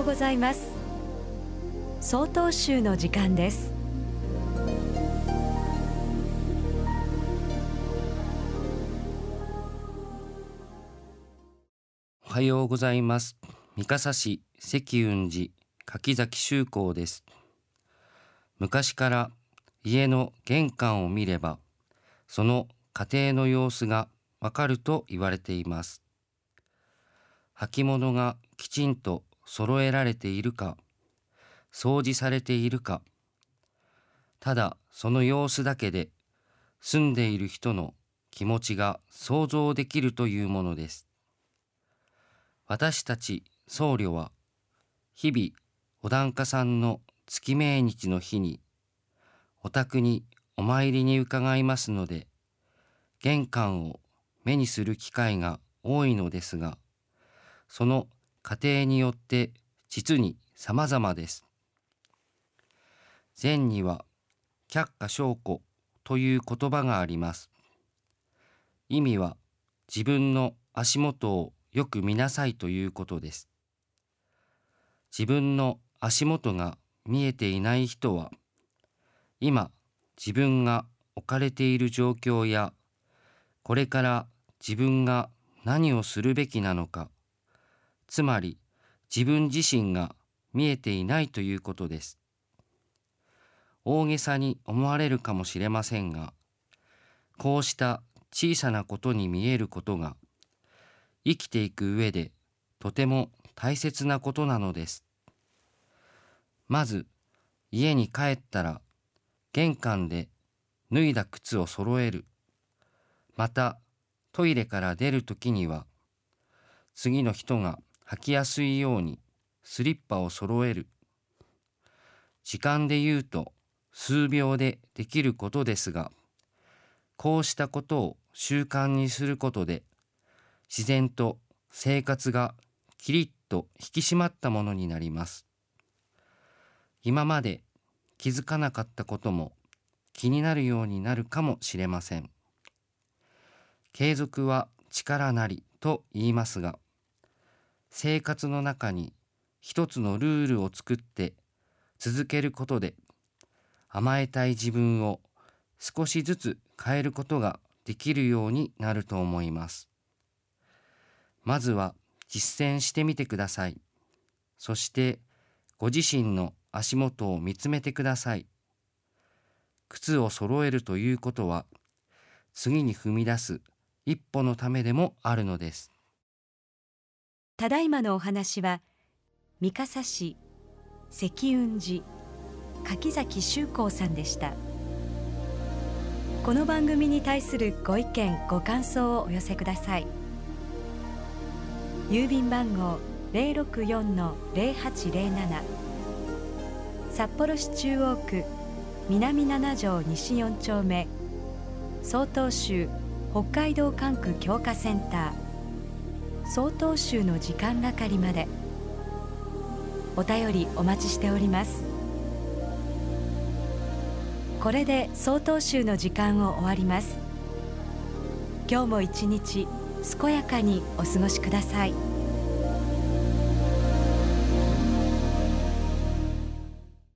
うございます。曹洞宗の時間です。 おはようございます。三笠市積雲寺柿崎宗光です。昔から家の玄関を見ればその家庭の様子がわかると言われています。履物がきちんと揃えられているか、掃除されているか、ただその様子だけで住んでいる人の気持ちが想像できるというものです。私たち僧侶は日々お檀家さんの月命日の日にお宅にお参りに伺いますので、玄関を目にする機会が多いのですが、その家庭によって実に様々です。禅には却下証拠という言葉があります。意味は自分の足元をよく見なさいということです。自分の足元が見えていない人は、今自分が置かれている状況や、これから自分が何をするべきなのか、つまり自分自身が見えていないということです。大げさに思われるかもしれませんが、こうした小さなことに見えることが、生きていく上でとても大切なことなのです。まず、家に帰ったら、玄関で脱いだ靴を揃える。また、トイレから出るときには、次の人が履きやすいようにスリッパを揃える。時間で言うと数秒でできることですが、こうしたことを習慣にすることで、自然と生活がキリッと引き締まったものになります。今まで気づかなかったことも気になるようになるかもしれません。継続は力なりと言いますが、生活の中に一つのルールを作って続けることで、甘えたい自分を少しずつ変えることができるようになると思います。まずは実践してみてください。そしてご自身の足元を見つめてください。靴を揃えるということは、次に踏み出す一歩のためでもあるのです。 ただいまのお話は、三笠市積雲寺柿崎宗光さんでした。この番組に対するご意見ご感想をお寄せください。郵便番号 064-0807 札幌市中央区南7条西4丁目、曹洞宗北海道管区強化センター曹洞宗の時間係まで。お便りお待ちしております。これで曹洞宗の時間を終わります。今日も一日健やかにお過ごしください。